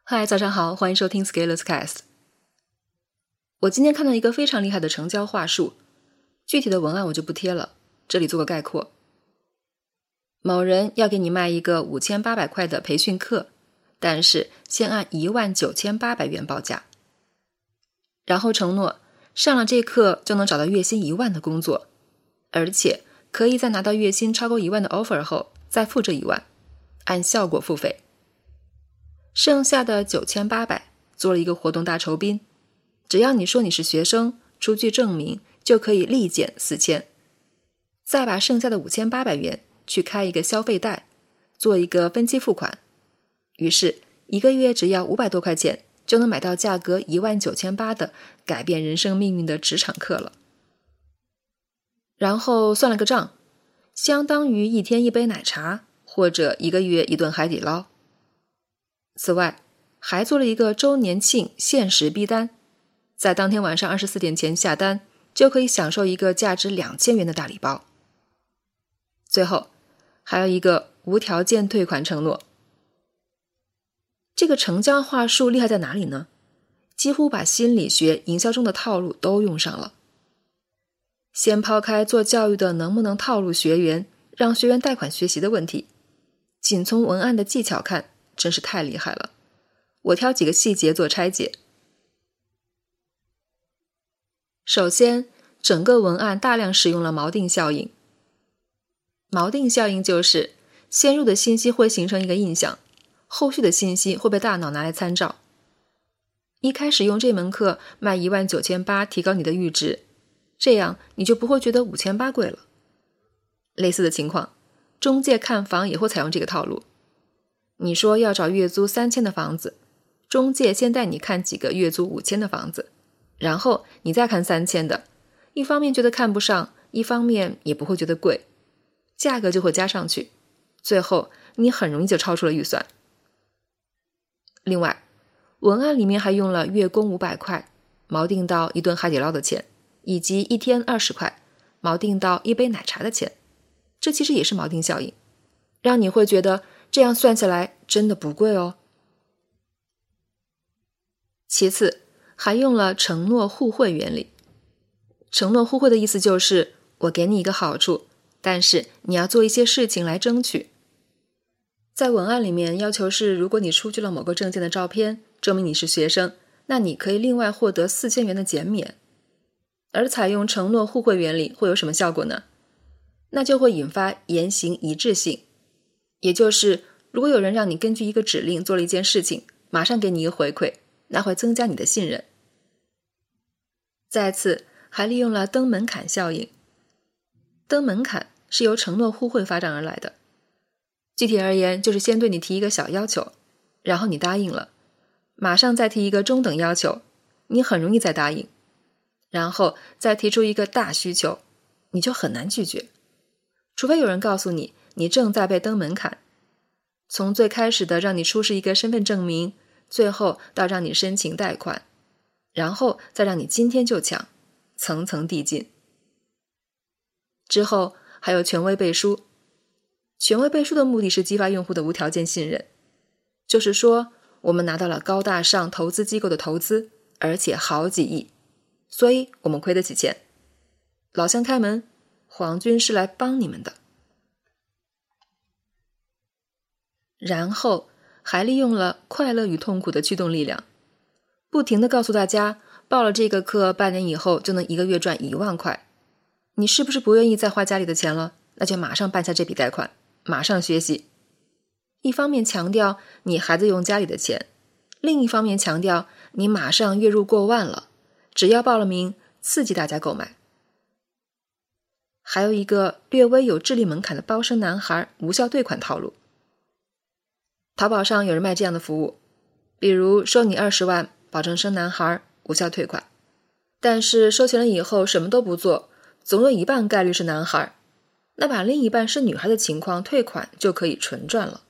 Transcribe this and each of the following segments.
嗨，早上好，欢迎收听 Scalers Cast。 我今天看到一个非常厉害的成交话术，具体的文案我就不贴了，这里做个概括。某人要给你卖一个5800块的培训课，但是先按19800元报价，然后承诺上了这课就能找到月薪1万的工作，而且可以在拿到月薪超过1万的 offer 后再付这1万，按效果付费。剩下的9800做了一个活动大酬宾，只要你说你是学生，出具证明就可以立减4000，再把剩下的5800元去开一个消费贷，做一个分期付款，于是一个月只要500多块钱就能买到价格19800的改变人生命运的职场课了。然后算了个账，相当于1天1杯奶茶，或者1个月1顿海底捞。此外，还做了一个周年庆限时逼单，在当天晚上24点前下单，就可以享受一个价值2000元的大礼包。最后，还有一个无条件退款承诺。这个成交话术厉害在哪里呢？几乎把心理学、营销中的套路都用上了。先抛开做教育的能不能套路学员，让学员贷款学习的问题，仅从文案的技巧看，真是太厉害了。我挑几个细节做拆解。首先，整个文案大量使用了锚定效应。锚定效应就是先入的信息会形成一个印象，后续的信息会被大脑拿来参照。一开始用这门课卖19800提高你的阈值，这样你就不会觉得5800贵了。类似的情况，中介看房也会采用这个套路。你说要找月租3000的房子，中介先带你看几个月租5000的房子，然后你再看3000的，一方面觉得看不上，一方面也不会觉得贵，价格就会加上去，最后你很容易就超出了预算。另外，文案里面还用了月供500块，锚定到1顿海底捞的钱，以及1天20块，锚定到1杯奶茶的钱，这其实也是锚定效应，让你会觉得这样算起来真的不贵哦。其次，还用了承诺互惠原理。承诺互惠的意思就是我给你一个好处，但是你要做一些事情来争取。在文案里面要求是，如果你出具了某个证件的照片，证明你是学生，那你可以另外获得4000元的减免。而采用承诺互惠原理会有什么效果呢？那就会引发言行一致性，也就是如果有人让你根据一个指令做了一件事情，马上给你一个回馈，那会增加你的信任。再次，还利用了登门槛效应。登门槛是由承诺互惠发展而来的。具体而言，就是先对你提一个小要求，然后你答应了，马上再提一个中等要求，你很容易再答应，然后再提出一个大需求，你就很难拒绝，除非有人告诉你，你正在被登门槛。从最开始的让你出示一个身份证明，最后到让你申请贷款，然后再让你今天就抢，层层递进。之后还有权威背书。权威背书的目的是激发用户的无条件信任，就是说我们拿到了高大上投资机构的投资，而且好几亿，所以我们亏得起钱。老乡开门，皇军是来帮你们的。然后还利用了快乐与痛苦的驱动力量，不停地告诉大家，报了这个课半年以后就能1个月赚1万块。你是不是不愿意再花家里的钱了？那就马上办下这笔贷款，马上学习。一方面强调你孩子用家里的钱，另一方面强调你马上月入过万了，只要报了名，刺激大家购买。还有一个略微有智力门槛的包生男孩无效退款套路。淘宝上有人卖这样的服务，比如收你20万，保证生男孩，无效退款，但是收钱了以后什么都不做，总有1半概率是男孩，那把另一半是女孩的情况退款就可以纯赚了。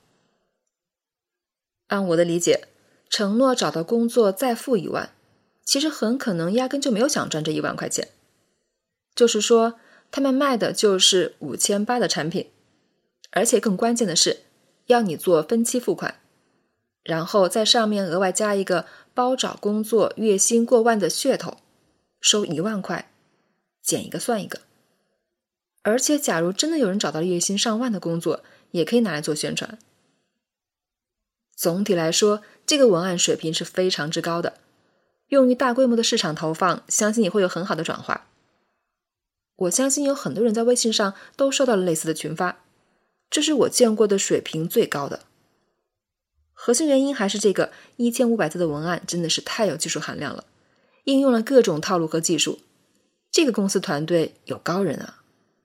按我的理解，承诺找到工作再付1万，其实很可能压根就没有想赚这1万块钱。就是说，他们卖的就是5800的产品，而且更关键的是，要你做分期付款， 然后在上面额外加一个包找工作月薪过万的噱头，收1万块，减一个算一个。而且假如真的有人找到了月薪上万的工作，也可以拿来做宣传。总体来说，这个文案水平是非常之高的，用于大规模的市场投放，相信也会有很好的转化。我相信有很多人在微信上都收到了类似的群发，这是我见过的水平最高的。核心原因还是这个1500字的文案真的是太有技术含量了，应用了各种套路和技术，这个公司团队有高人啊。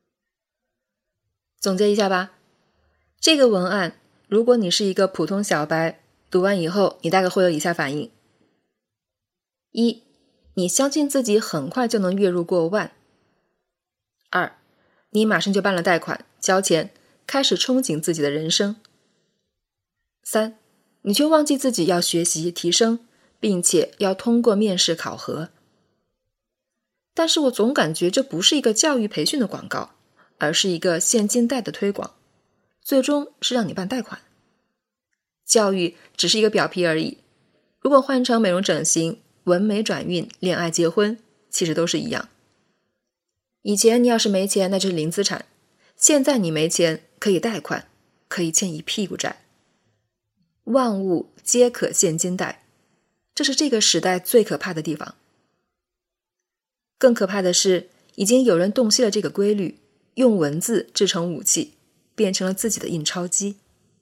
总结一下吧，这个文案如果你是一个普通小白，读完以后你大概会有以下反应：一，你相信自己很快就能月入过万；二，你马上就办了贷款，交钱，开始憧憬自己的人生；三，你却忘记自己要学习提升，并且要通过面试考核。但是我总感觉这不是一个教育培训的广告，而是一个现金贷的推广，最终是让你办贷款。教育只是一个表皮而已，如果换成美容整形、纹眉转运、恋爱结婚，其实都是一样。以前你要是没钱，那就是零资产，现在你没钱，可以贷款，可以欠一屁股债。万物皆可现金贷，这是这个时代最可怕的地方。更可怕的是，已经有人洞悉了这个规律，用文字制成武器，变成了自己的印钞机。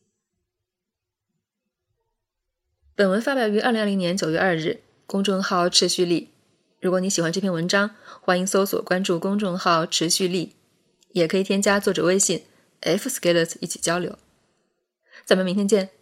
本文发表于2020年9月2日，公众号持续力。如果你喜欢这篇文章，欢迎搜索关注公众号持续力，也可以添加作者微信 fscalers 一起交流。咱们明天见。